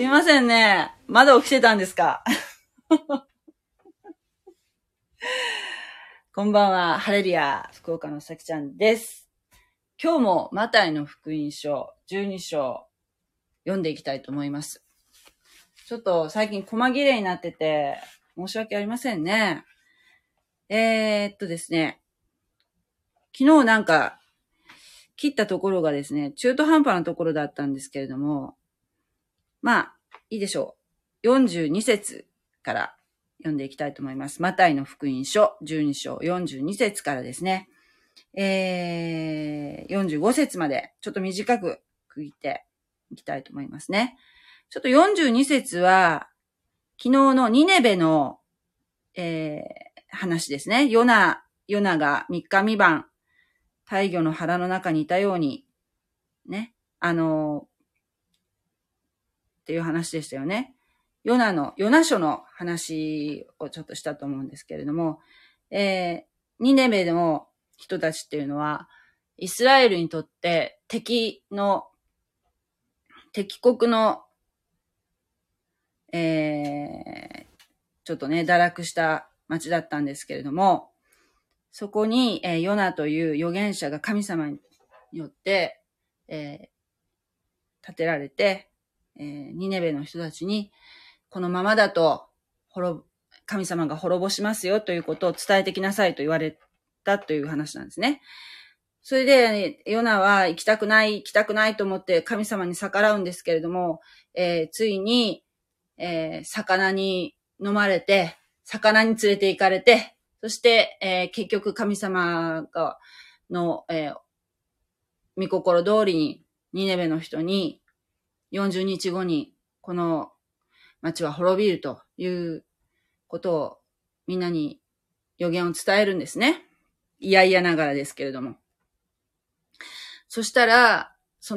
みませんね。まだ起きてたんですか？こんばんは、ハレルヤ、福岡のさきちゃんです。今日もマタイの福音書12章読んでいきたいと思います。ちょっと最近細切れになってて申し訳ありませんね。ですね、昨日なんか切ったところがですね、中途半端なところだったんですけれども、まあ、いいでしょう。42節から読んでいきたいと思います。マタイの福音書12章42節からですね、45節までちょっと短く区切っていきたいと思いますね。ちょっと42節は、昨日のニネベの、話ですね。ヨナが3日3晩、大魚の腹の中にいたように、ね、っていう話でしたよね。ヨナ書の話をちょっとしたと思うんですけれども、ニネベの人たちっていうのは、イスラエルにとって敵国の、ちょっとね、堕落した町だったんですけれども、そこに、ヨナという預言者が神様によって、立てられて、ニネベの人たちに、このままだと神様が滅ぼしますよということを伝えてきなさいと言われたという話なんですね。それで、ヨナは行きたくないと思って神様に逆らうんですけれども、ついに、魚に飲まれて、魚に連れて行かれて、そして、結局神様の、御心通りにニネベの人に40日後にこの町は滅びるということをみんなに予言を伝えるんですね。いやいやながらですけれども。そしたら、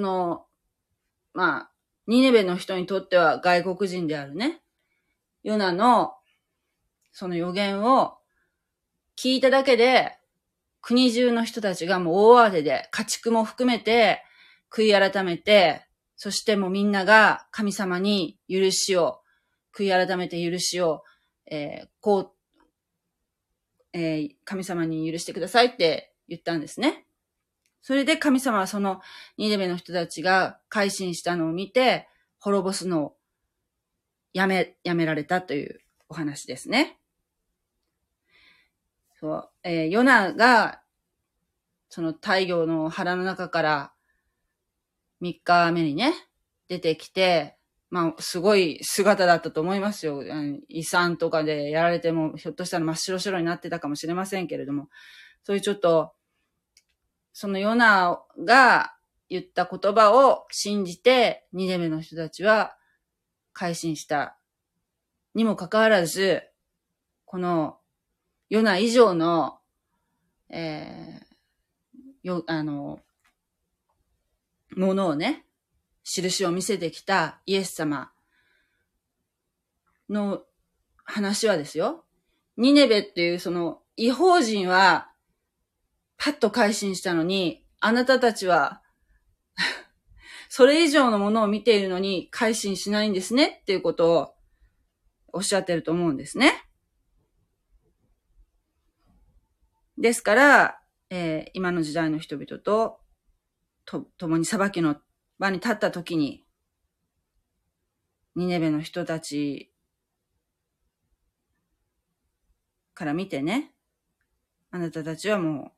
ニネベの人にとっては外国人であるね、ヨナのその予言を聞いただけで、国中の人たちがもう大慌てで、家畜も含めて悔い改めて、そしてもうみんなが神様に悔い改めて許しを、神様に許してくださいって言ったんですね。それで神様はそのニネベの人たちが改心したのを見て、滅ぼすのをやめられたというお話ですね。そう、ヨナがその大魚の腹の中から3日目にね、出てきて、すごい姿だったと思いますよ。胃酸とかでやられても、ひょっとしたら真っ白白になってたかもしれませんけれども、そういうちょっと、そのヨナが言った言葉を信じて、ニネベの人たちは改心したにもかかわらず、このヨナ以上の、ものをね、印を見せてきたイエス様の話はですよ、ニネベっていうその異邦人はパッと改心したのに、あなたたちはそれ以上のものを見ているのに改心しないんですねっていうことをおっしゃってると思うんですね。ですから、今の時代の人々と共に裁きの場に立った時に、ニネベの人たちから見てね、あなたたちはも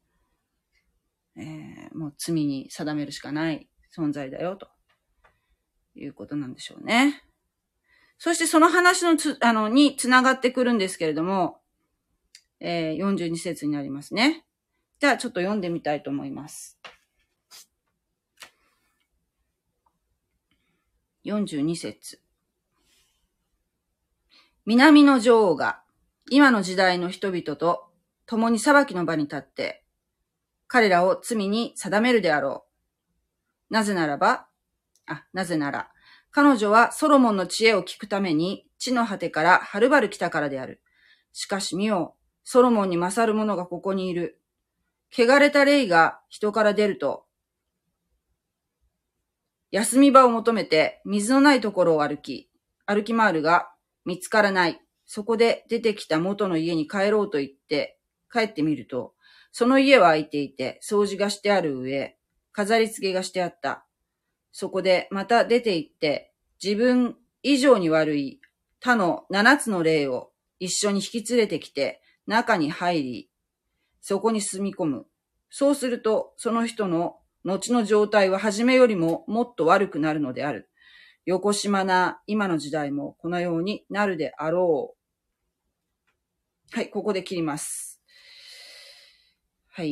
う罪に定めるしかない存在だよということなんでしょうね。そしてその話につながってくるんですけれども、42節になりますね。じゃあちょっと読んでみたいと思います。42節。南の女王が今の時代の人々と共に裁きの場に立って彼らを罪に定めるであろう。なぜなら彼女はソロモンの知恵を聞くために地の果てからはるばる来たからである。しかし見よ、ソロモンに勝る者がここにいる。汚れた霊が人から出ると、 休み場を求めて水のないところを歩き回るが見つからない。そこで出てきた元の家に帰ろうと言って帰ってみると、その家は空いていて掃除がしてある上、飾り付けがしてあった。そこでまた出て行って自分以上に悪い他の7つの霊を一緒に引き連れてきて中に入り、そこに住み込む。そうするとその人の後の状態は初めよりももっと悪くなるのである。よこしまな今の時代もこのようになるであろう。はい、ここで切ります。はい。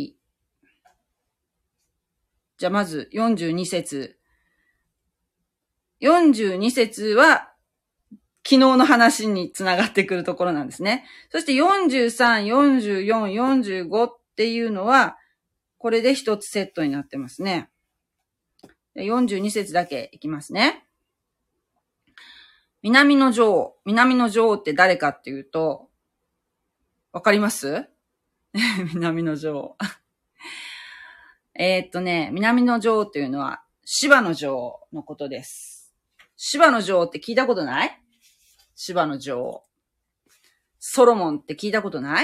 じゃあまず42節。42節は昨日の話につながってくるところなんですね。そして43、44、45っていうのはこれで一つセットになってますね。42節だけいきますね。南の女王。南の女王って誰かっていうと、わかります南の女王。南の女王っていうのは、芝の女王のことです。芝の女王って聞いたことない？芝の女王。ソロモンって聞いたことない？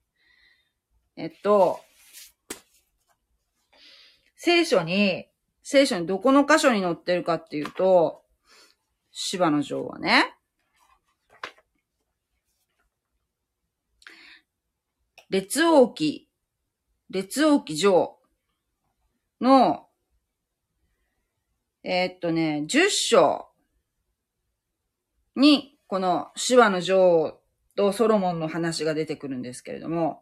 聖書にどこの箇所に載ってるかっていうと、芝の女王はね、列王記上の、10章に、この芝の女王とソロモンの話が出てくるんですけれども、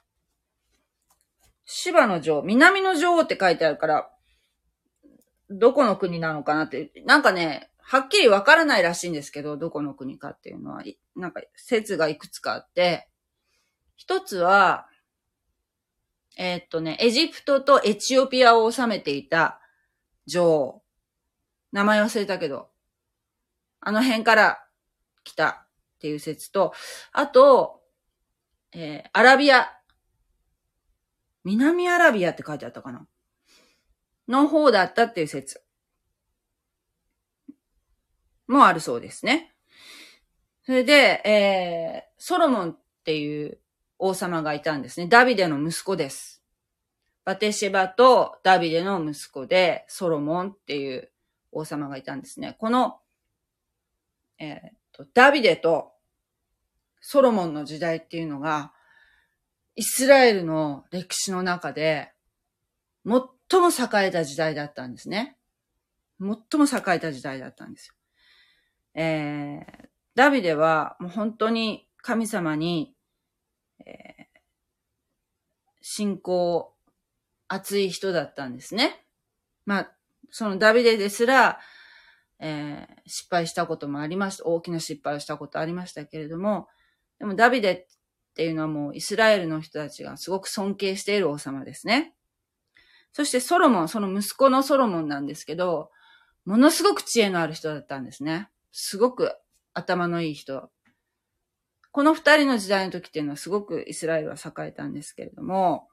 芝の女王、南の女王って書いてあるから、どこの国なのかなって、なんかね、はっきりわからないらしいんですけど、どこの国かっていうのは、なんか説がいくつかあって、一つは、エジプトとエチオピアを治めていた女王。名前忘れたけど、あの辺から来たっていう説と、あと、アラビア。南アラビアって書いてあったかなの方だったっていう説もあるそうですね。それで、ソロモンっていう王様がいたんですね。ダビデの息子です。バテシェバとダビデの息子でソロモンっていう王様がいたんですね。この、ダビデとソロモンの時代っていうのが、イスラエルの歴史の中で最も栄えた時代だったんですね。最も栄えた時代だったんですよ。ダビデはもう本当に神様に、信仰熱い人だったんですね。まあ、そのダビデですら、失敗したこともありました。大きな失敗をしたことありましたけれども、でもダビデっていうのはもうイスラエルの人たちがすごく尊敬している王様ですね。そしてソロモン、その息子のソロモンなんですけど、ものすごく知恵のある人だったんですね。すごく頭のいい人。この二人の時代の時っていうのはすごくイスラエルは栄えたんですけれども、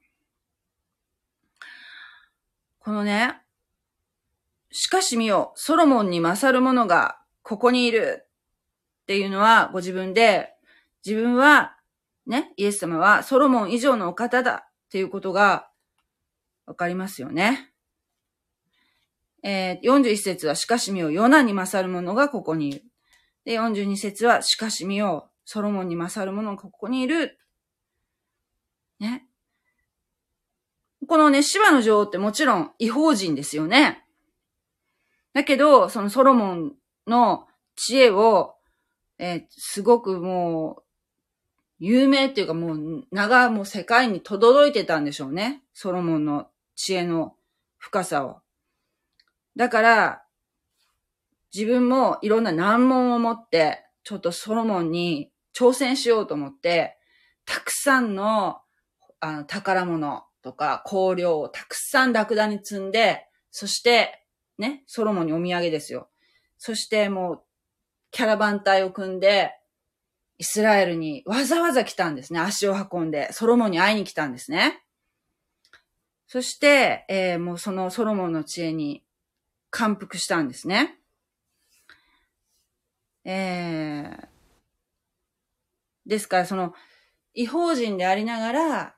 このね、しかし見よ、ソロモンに勝る者がここにいるっていうのはご自分で、自分はね、イエス様はソロモン以上のお方だっていうことがわかりますよね。41節はしかし見よ、ヨナに勝る者がここにいる。で、42節はしかし見よ、ソロモンに勝る者がここにいる。ね。このね、シバの女王ってもちろん異邦人ですよね。だけど、そのソロモンの知恵を、すごくもう、有名っていうかもう、名がもう世界に轟いてたんでしょうね。ソロモンの知恵の深さを。だから、自分もいろんな難問を持って、ちょっとソロモンに挑戦しようと思って、たくさんの、宝物とか香料をたくさんラクダに積んで、そして、ね、ソロモンにお土産ですよ。そしてもう、キャラバン隊を組んで、イスラエルにわざわざ来たんですね。足を運んで、ソロモンに会いに来たんですね。そして、もうそのソロモンの知恵に感服したんですね。ですから、異邦人でありながら、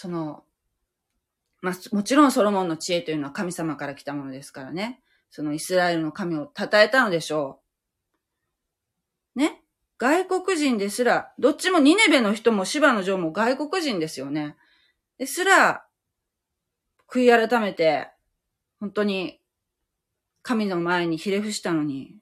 もちろんソロモンの知恵というのは神様から来たものですからね。そのイスラエルの神を称えたのでしょう。ね。外国人ですら、どっちもニネベの人もシバの城も外国人ですよね。ですら、悔い改めて、本当に神の前にひれ伏したのに。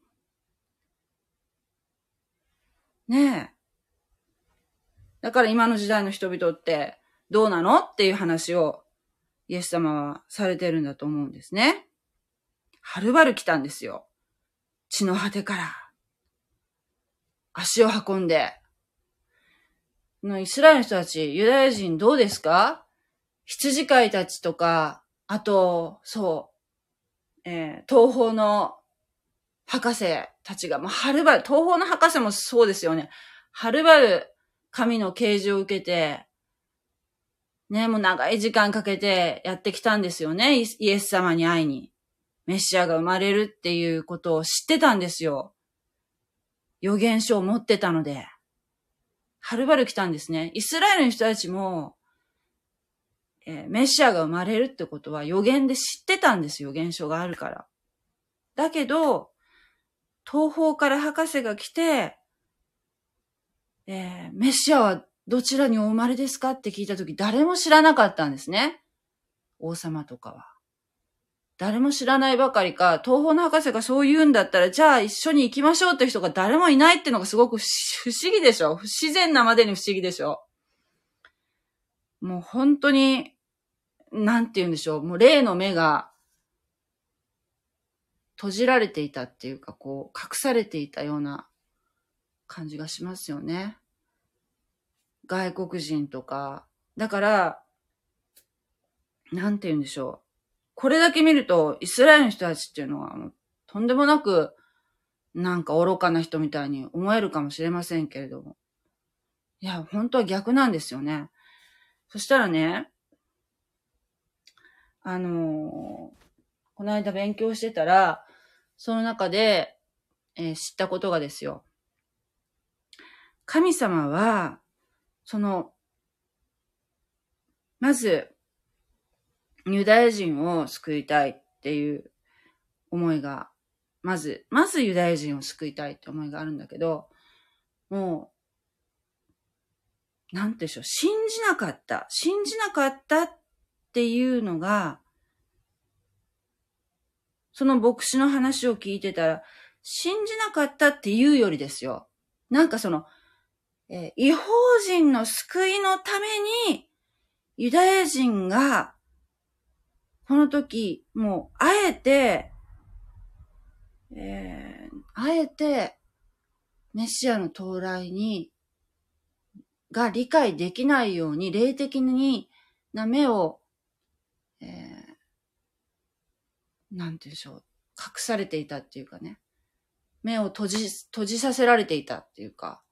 ねえ。だから今の時代の人々ってどうなのっていう話をイエス様はされてるんだと思うんですね。はるばる来たんですよ。地の果てから。足を運んで。イスラエルの人たち、ユダヤ人どうですか？羊飼いたちとか、あと、東方の博士たちが、はるばる、東方の博士もそうですよね。はるばる神の啓示を受けて、ね、もう長い時間かけてやってきたんですよね。イエス様に会いに。メシアが生まれるっていうことを知ってたんですよ。預言書を持ってたので。はるばる来たんですね。イスラエルの人たちも、メシアが生まれるってことは預言で知ってたんですよ。預言書があるから。だけど、東方から博士が来て、メシアはどちらにお生まれですかって聞いたとき、誰も知らなかったんですね。王様とかは。誰も知らないばかりか、東方の博士がそう言うんだったら、じゃあ一緒に行きましょうって人が誰もいないってのがすごく不思議でしょ。不自然なまでに不思議でしょ。もう本当に、なんて言うんでしょう。もう霊の目が閉じられていたっていうか、隠されていたような感じがしますよね。外国人とか。だから、なんて言うんでしょう。これだけ見ると、イスラエルの人たちっていうのは、とんでもなく、なんか愚かな人みたいに思えるかもしれませんけれども。いや、本当は逆なんですよね。そしたらね、この間勉強してたら、その中で、知ったことがですよ。神様は、まず、ユダヤ人を救いたいっていう思いが、まずユダヤ人を救いたいって思いがあるんだけど、もう、なんてでしょう、信じなかったっていうのが、その牧師の話を聞いてたら、信じなかったっていうよりですよ。なんか異邦人の救いのために、ユダヤ人が、この時、もう、あえて、メシアの到来が理解できないように、霊的な目を、なんて言うんでしょう、隠されていたっていうかね。目を閉じさせられていたっていうか。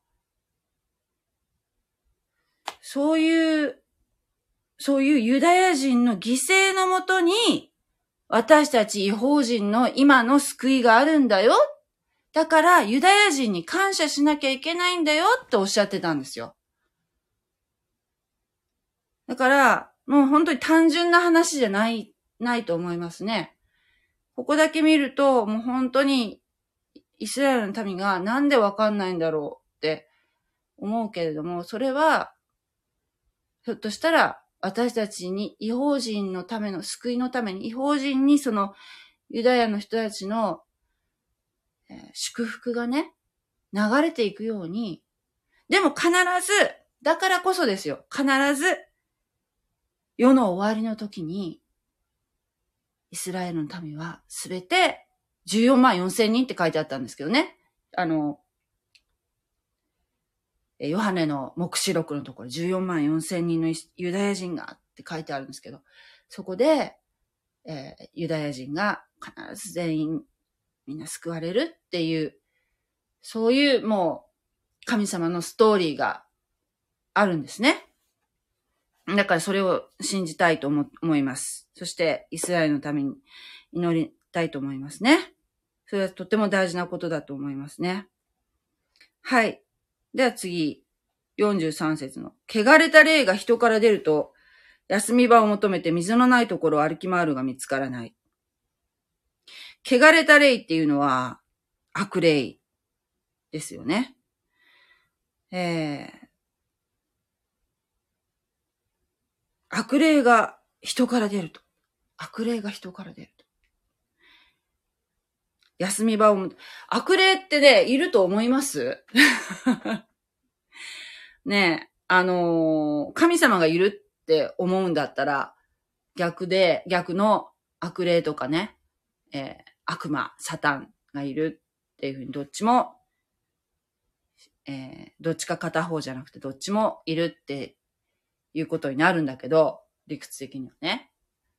そういうユダヤ人の犠牲のもとに、私たち異邦人の今の救いがあるんだよ。だからユダヤ人に感謝しなきゃいけないんだよっておっしゃってたんですよ。だから、もう本当に単純な話じゃないと思いますね。ここだけ見ると、もう本当にイスラエルの民がなんでわかんないんだろうって思うけれども、それは、ひょっとしたら私たちに異邦人のための、救いのために、異邦人にそのユダヤの人たちの、祝福がね、流れていくように、でも必ず、だからこそですよ、必ず、世の終わりの時に、イスラエルの民はすべて14万4千人って書いてあったんですけどね。ヨハネの黙示録のところ14万4千人のユダヤ人がって書いてあるんですけど、そこで、ユダヤ人が必ず全員みんな救われるっていう、そういうもう神様のストーリーがあるんですね。だからそれを信じたいと思います。そしてイスラエルのために祈たいと思いますね。それはとても大事なことだと思いますね。はい。では次、43節の。汚れた霊が人から出ると、休み場を求めて水のないところを歩き回るが見つからない。汚れた霊っていうのは、悪霊ですよね。悪霊が人から出ると。悪霊が人から出ると。休み場を、悪霊ってね、いると思いますねえ、神様がいるって思うんだったら、逆の悪霊とかね、悪魔、サタンがいるっていうふうにどっちも、どっちか片方じゃなくてどっちもいるっていうことになるんだけど、理屈的にはね。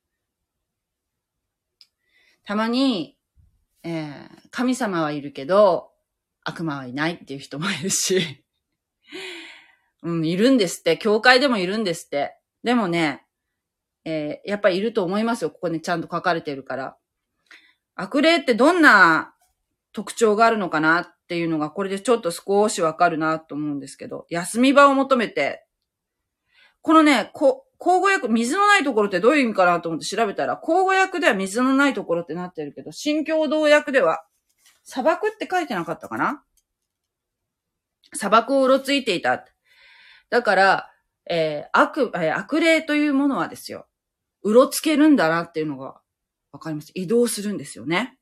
たまに、神様はいるけど、悪魔はいないっていう人もいるし、いるんですって。教会でもいるんですって。でもね、やっぱりいると思いますよ。ここにちゃんと書かれてるから。悪霊ってどんな特徴があるのかなっていうのが、これでちょっと少しわかるなと思うんですけど、休み場を求めて、このね、口語訳、水のないところってどういう意味かなと思って調べたら、口語訳では水のないところってなってるけど、新共同訳では、砂漠って書いてなかったかな？砂漠をうろついていた。だから、悪霊というものはですよ、うろつけるんだなっていうのがわかります。移動するんですよね。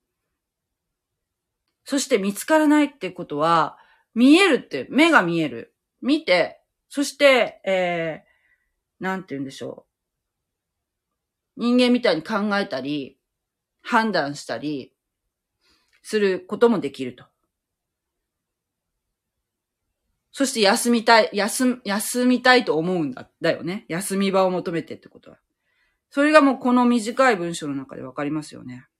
そして見つからないってことは、見えるって、目が見える。見て、そして、なんて言うんでしょう。人間みたいに考えたり、判断したり、することもできると。そして休みたいと思うんだよね。休み場を求めてってことは。それがもうこの短い文章の中でわかりますよね。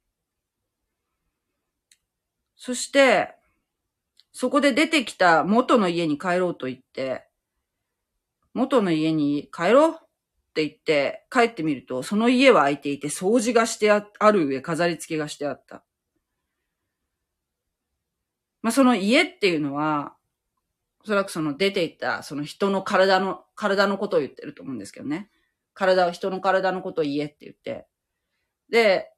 そして、そこで出てきた元の家に帰ろうと言って、元の家に帰ろうって言って帰ってみると、その家は空いていて掃除がしてある上飾り付けがしてあった。その家っていうのは、おそらくその出ていったその人の体のことを言ってると思うんですけどね。人の体のことを家って言って。で、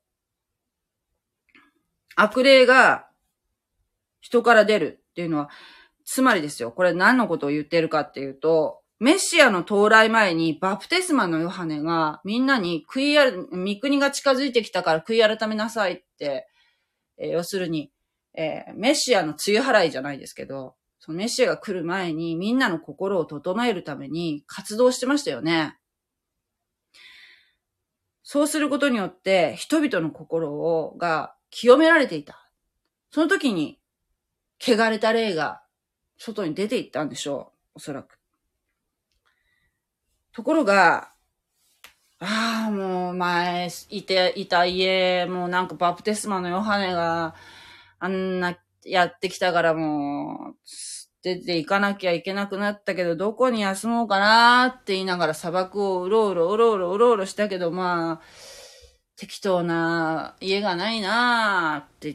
悪霊が人から出るっていうのは、つまりですよ、これ何のことを言ってるかっていうと、メシアの到来前にバプテスマのヨハネがみんなに御国が近づいてきたから悔い改めなさいって、要するに、メシアの梅雨払いじゃないですけど、そのメシアが来る前にみんなの心を整えるために活動してましたよね。そうすることによって人々の心が清められていた。その時に汚れた霊が外に出ていったんでしょう。おそらく。ところが、もう前いた家、もうなんかバプテスマのヨハネがあんなやってきたからもう出ていかなきゃいけなくなったけど、どこに休もうかなって言いながら砂漠をうろうろしたけど、適当な家がないなって言って、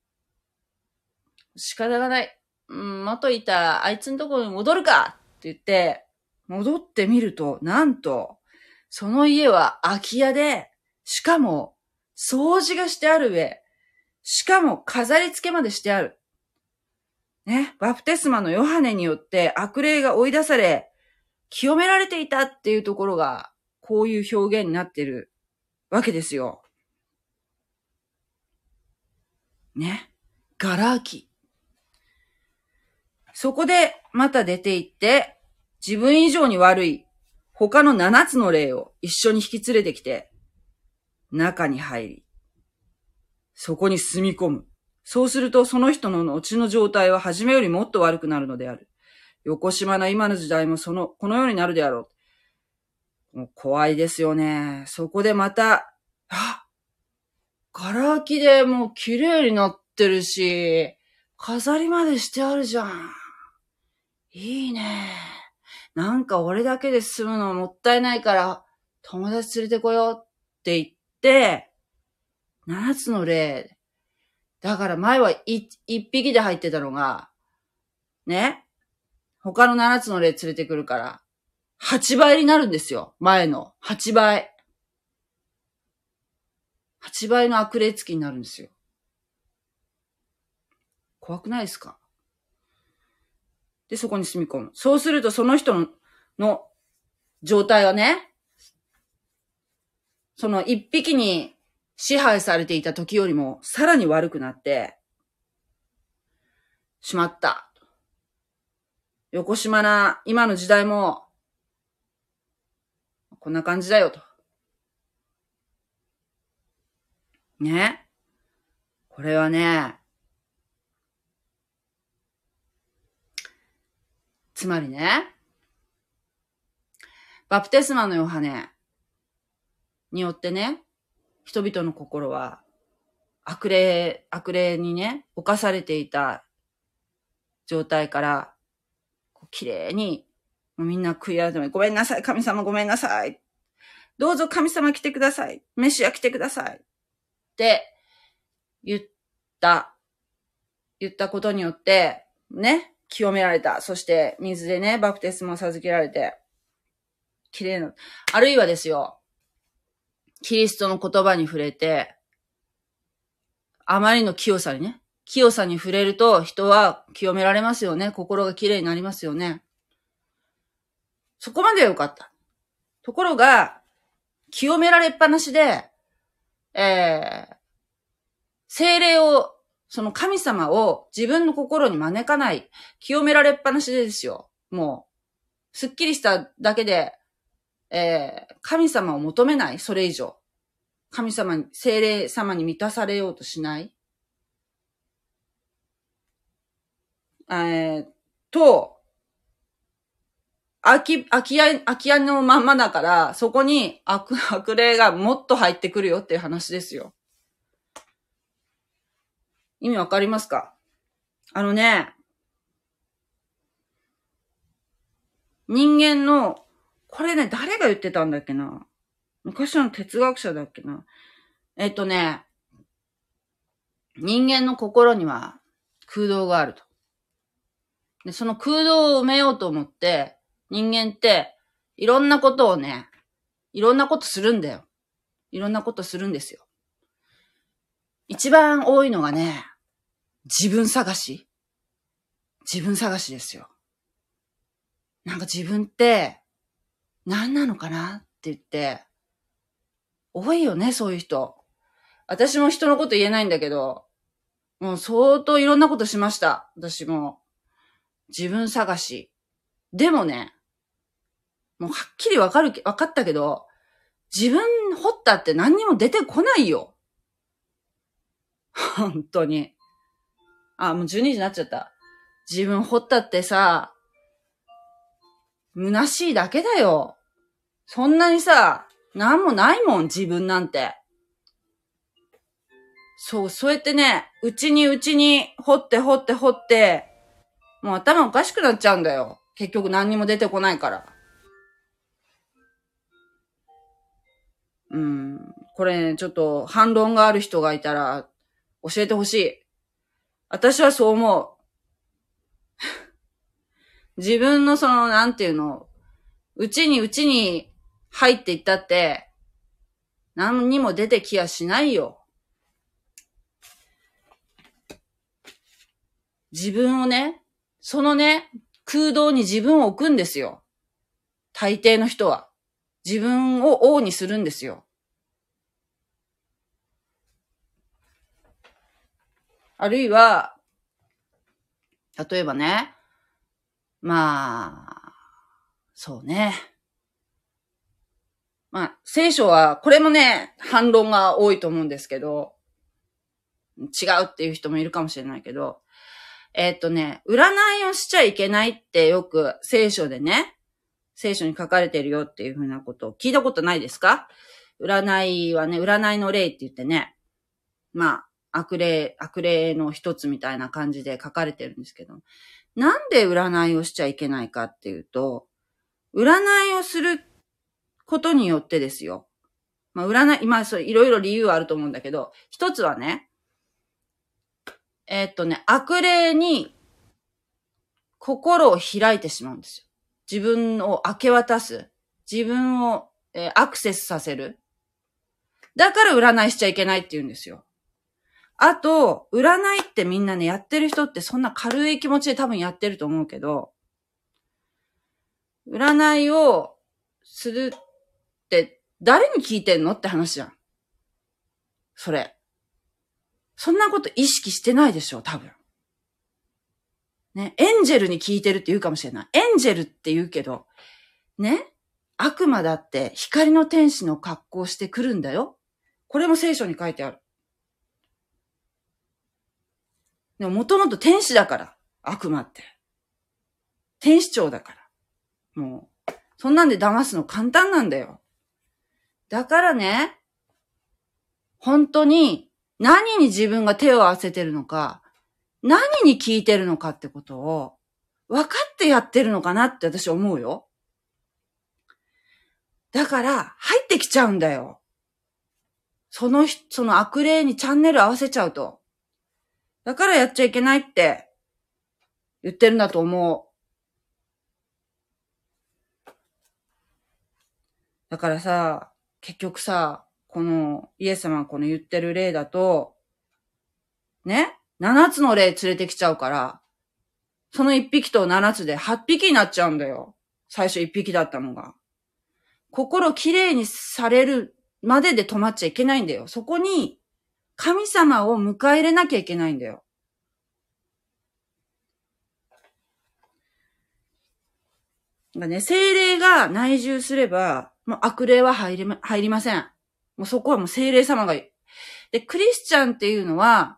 仕方がない。元いたあいつのところに戻るかって言って、戻ってみると、なんと、その家は空き家で、しかも掃除がしてある上、しかも飾り付けまでしてある。ね、バプテスマのヨハネによって悪霊が追い出され、清められていたっていうところが、こういう表現になってるわけですよ。ね。ガラ空き。そこでまた出て行って、自分以上に悪い他の7つの霊を一緒に引き連れてきて、中に入り、そこに住み込む。そうするとその人の後の状態は初めよりもっと悪くなるのである。よこしまな今の時代もこのようになるであろう。もう怖いですよね。そこでまた、ガラ空きでもう綺麗になってるし、飾りまでしてあるじゃん。いいね。なんか俺だけで住むのもったいないから、友達連れてこようって言って、 7つの霊。だから前は1匹で入ってたのが、ね。他の7つの霊連れてくるから、8倍になるんですよ。前の。8倍。8倍の悪霊付きになるんですよ。怖くないですか？で、そこに住み込む。そうするとその人の状態はね、その1匹に支配されていた時よりもさらに悪くなって、しまった。横島な今の時代も、こんな感じだよと。ね。これはね、つまりね、バプテスマのヨハネによってね、人々の心は悪霊にね、侵されていた状態から、きれいに、みんな悔い改め、ごめんなさい、神様ごめんなさい。どうぞ神様来てください。メシア来てください。って言ったことによって、ね、清められた。そして水でね、バプテスマを授けられて、きれいな。あるいはですよ、キリストの言葉に触れて、あまりの清さに触れると人は清められますよね。心がきれいになりますよね。そこまではよかった。ところが、清められっぱなしで、聖霊を、その神様を自分の心に招かない、清められっぱなしでですよ。もう、すっきりしただけで、神様を求めない、それ以上。神様に、聖霊様に満たされようとしない。空き家のまんまだから、そこに悪霊がもっと入ってくるよっていう話ですよ。意味わかりますか？人間の、これね、誰が言ってたんだっけな？昔の哲学者だっけな？人間の心には空洞があると。で、その空洞を埋めようと思って、人間っていろんなことするんだよ。いろんなことするんですよ。一番多いのがね、自分探しですよ。なんか自分って何なのかなって言って、多いよね、そういう人。私も人のこと言えないんだけど、もう相当いろんなことしました。私も。自分探し。でもね、もうはっきりわかったけど、自分掘ったって何にも出てこないよ。本当に。もう12時になっちゃった。自分掘ったってさ、虚しいだけだよ。そんなにさ、なんもないもん、自分なんて。そうやってね、うちに掘って、もう頭おかしくなっちゃうんだよ。結局何にも出てこないから。これね、ちょっと反論がある人がいたら教えてほしい。私はそう思う。自分のなんていうの、うちに入っていったって、何にも出てきやしないよ。自分をね、そのね、空洞に自分を置くんですよ。大抵の人は。自分を王にするんですよ。あるいは、例えばね、そうね。聖書は、これもね、反論が多いと思うんですけど、違うっていう人もいるかもしれないけど、占いをしちゃいけないってよく聖書に書かれてるよっていうふうなことを聞いたことないですか？占いはね、占いの霊って言ってね、悪霊の一つみたいな感じで書かれてるんですけど、なんで占いをしちゃいけないかっていうと、占いをすることによってですよ。 まあ占い、まあそういろいろ理由はあると思うんだけど、一つはね、悪霊に心を開いてしまうんですよ。自分を明け渡す。自分を、アクセスさせる。だから占いしちゃいけないって言うんですよ。あと、占いってみんなね、やってる人ってそんな軽い気持ちで多分やってると思うけど、占いをするって誰に聞いてんのって話じゃん。それ。そんなこと意識してないでしょ、多分。ね、エンジェルに聞いてるって言うかもしれない。エンジェルって言うけど、ね、悪魔だって光の天使の格好してくるんだよ。これも聖書に書いてある。でももともと天使だから、悪魔って。天使長だから。もう、そんなんで騙すの簡単なんだよ。だからね、本当に何に自分が手を合わせてるのか、何に聞いてるのかってことを分かってやってるのかなって私思うよ。だから入ってきちゃうんだよ。その悪霊にチャンネル合わせちゃうと。だからやっちゃいけないって言ってるんだと思う。だからさ、結局さ、このイエス様がこの言ってる例だと、ね、7つの霊連れてきちゃうから、その1匹と7つで8匹になっちゃうんだよ。最初1匹だったのが。心きれいにされるまでで止まっちゃいけないんだよ。そこに神様を迎え入れなきゃいけないんだよ。ね、聖霊が内住すれば、もう悪霊は入りません。もうそこはもう聖霊様がいい。で、クリスチャンっていうのは、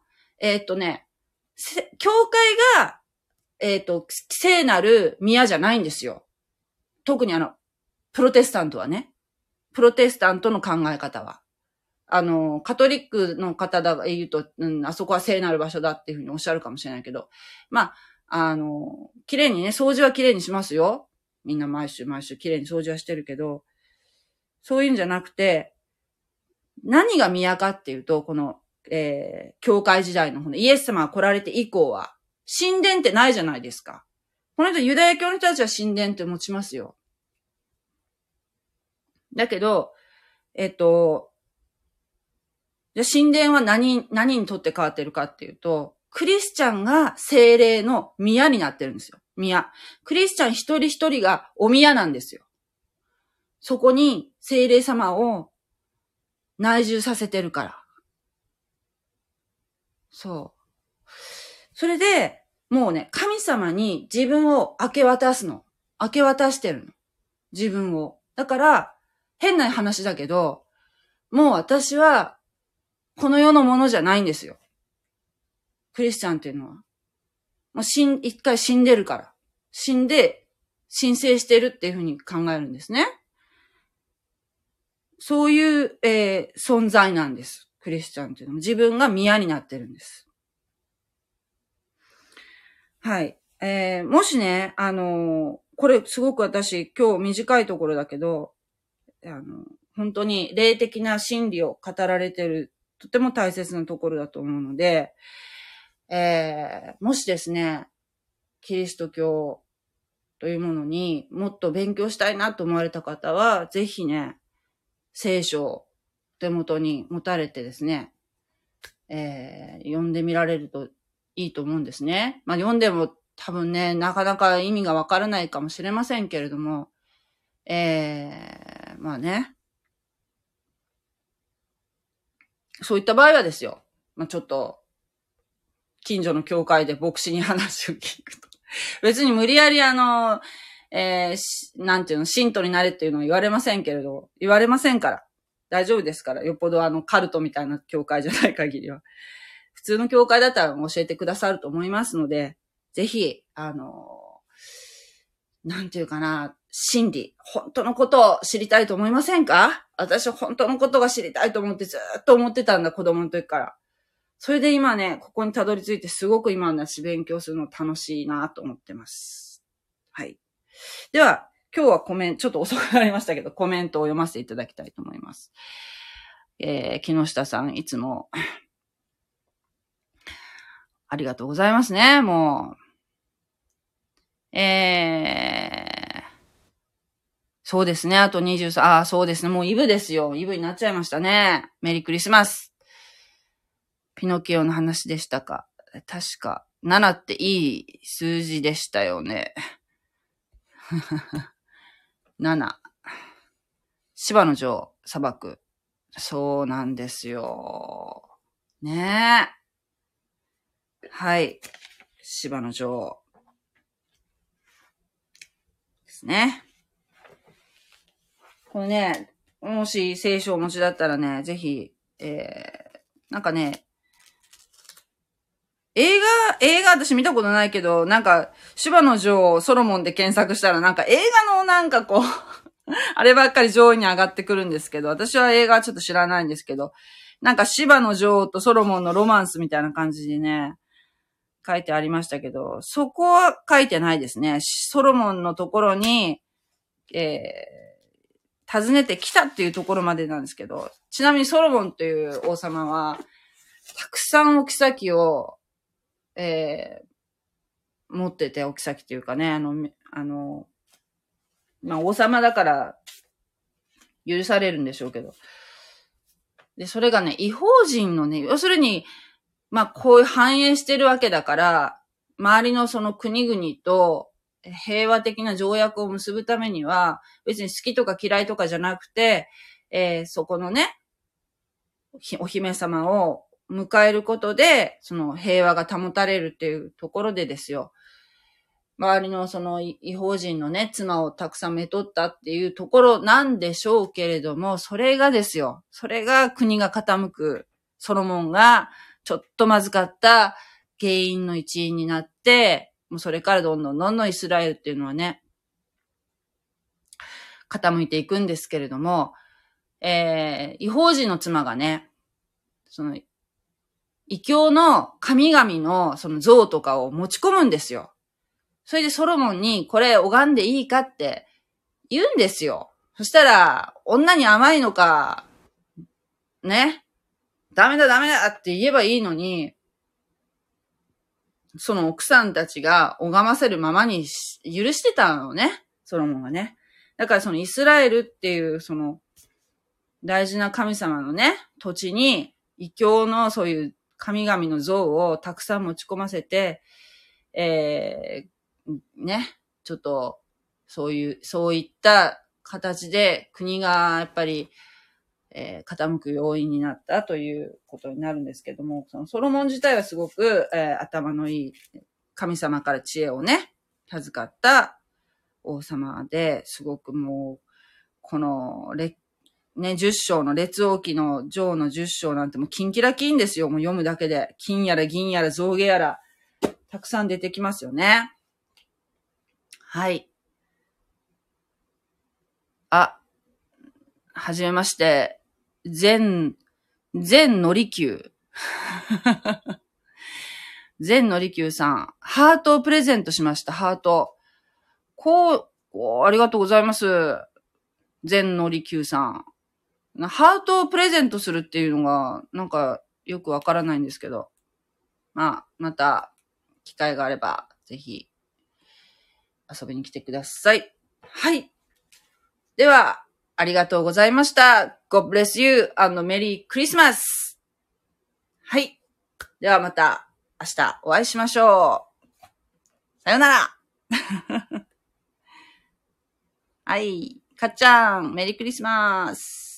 教会が、聖なる宮じゃないんですよ。特にプロテスタントはね。プロテスタントの考え方は。カトリックの方だ言うと、あそこは聖なる場所だっていうふうにおっしゃるかもしれないけど、まあ、綺麗にね、掃除は綺麗にしますよ。みんな毎週綺麗に掃除はしてるけど、そういうんじゃなくて、何が宮かっていうと、この、教会時代のイエス様が来られて以降は、神殿ってないじゃないですか。この人、ユダヤ教の人たちは神殿って持ちますよ。だけど、じゃあ神殿は何にとって変わってるかっていうと、クリスチャンが聖霊の宮になってるんですよ。宮。クリスチャン一人一人がお宮なんですよ。そこに聖霊様を内住させてるから。そう。それで、もうね、神様に自分を明け渡すの。明け渡してるの。自分を。だから、変な話だけど、もう私は、この世のものじゃないんですよ。クリスチャンっていうのは。もう一回死んでるから。死んで、神聖してるっていうふうに考えるんですね。そういう、存在なんです。クリスチャンっていうのも。自分が宮になってるんです。はい。もしね、これすごく私今日短いところだけど、本当に霊的な真理を語られてる、とても大切なところだと思うので、もしですね、キリスト教というものにもっと勉強したいなと思われた方は、ぜひね、聖書を手元に持たれてですね、読んでみられるといいと思うんですね。まあ読んでも多分ね、なかなか意味がわからないかもしれませんけれども、まあね、そういった場合はですよ、まあちょっと、近所の教会で牧師に話を聞くと。別に無理やりなんていうの、信徒になれっていうのは言われませんけれど、言われませんから。大丈夫ですから。よっぽどカルトみたいな教会じゃない限りは。普通の教会だったら教えてくださると思いますので、ぜひ、なんていうかな、真理、本当のことを知りたいと思いませんか？私は本当のことが知りたいと思ってずっと思ってたんだ、子供の時から。それで今ね、ここにたどり着いてすごく今の話勉強するの楽しいなと思ってます。はい。では、今日はちょっと遅くなりましたけど、コメントを読ませていただきたいと思います。 木下さん、いつも、ありがとうございますね、もう。そうですね、あと23、そうですね、もうイブですよ。イブになっちゃいましたね。メリークリスマス。ピノキオの話でしたか。確か、7っていい数字でしたよね。7。芝の女王、砂漠。そうなんですよ。ねえ。はい。芝の女王。ですね。これね、もし聖書をお持ちだったらね、ぜひ、なんかね、映画私見たことないけど、なんか、芝の女王ソロモンで検索したらなんか映画のなんかこう、あればっかり上位に上がってくるんですけど、私は映画はちょっと知らないんですけど、なんか芝の女王とソロモンのロマンスみたいな感じでね、書いてありましたけど、そこは書いてないですね。ソロモンのところに、訪ねてきたっていうところまでなんですけど、ちなみにソロモンという王様は、たくさんお妃を、持ってて、お妃っていうかね、まあ、王様だから許されるんでしょうけど。で、それがね、異邦人のね、要するに、まあ、こういう繁栄してるわけだから、周りのその国々と平和的な条約を結ぶためには、別に好きとか嫌いとかじゃなくて、そこのね、お姫様を迎えることで、その平和が保たれるっていうところでですよ。周りのその異邦人のね、妻をたくさんめとったっていうところなんでしょうけれども、それがですよ。それが国が傾く、ソロモンがちょっとまずかった原因の一因になって、もうそれからどんどんイスラエルっていうのはね、傾いていくんですけれども、異邦人の妻がね、その、異教の神々のその像とかを持ち込むんですよ。それでソロモンにこれ拝んでいいかって言うんですよ。そしたら、女に甘いのか、ね、ダメだって言えばいいのに、その奥さんたちが拝ませるままに許してたのね、ソロモンがね。だからそのイスラエルっていうその大事な神様のね、土地に異教のそういう神々の像をたくさん持ち込ませて、ね、ちょっとそういった形で国がやっぱり、傾く要因になったということになるんですけども、そのソロモン自体はすごく、頭のいい神様から知恵をね、授かった王様で、すごくもう、このね、10章の列王記の女王の10章なんてもうキンキラキンですよ。もう読むだけで。金やら銀やら象牙やら、たくさん出てきますよね。はい。はじめまして。全のりきゅう。全のりきゅうさん。ハートをプレゼントしました。ハート。ありがとうございます。全のりきゅうさん。ハートをプレゼントするっていうのが、なんかよくわからないんですけど。また、機会があれば、ぜひ、遊びに来てください。はい。では、ありがとうございました。God bless you and Merry Christmas! はい。ではまた明日お会いしましょう。さよならはい。かっちゃん、メリークリスマス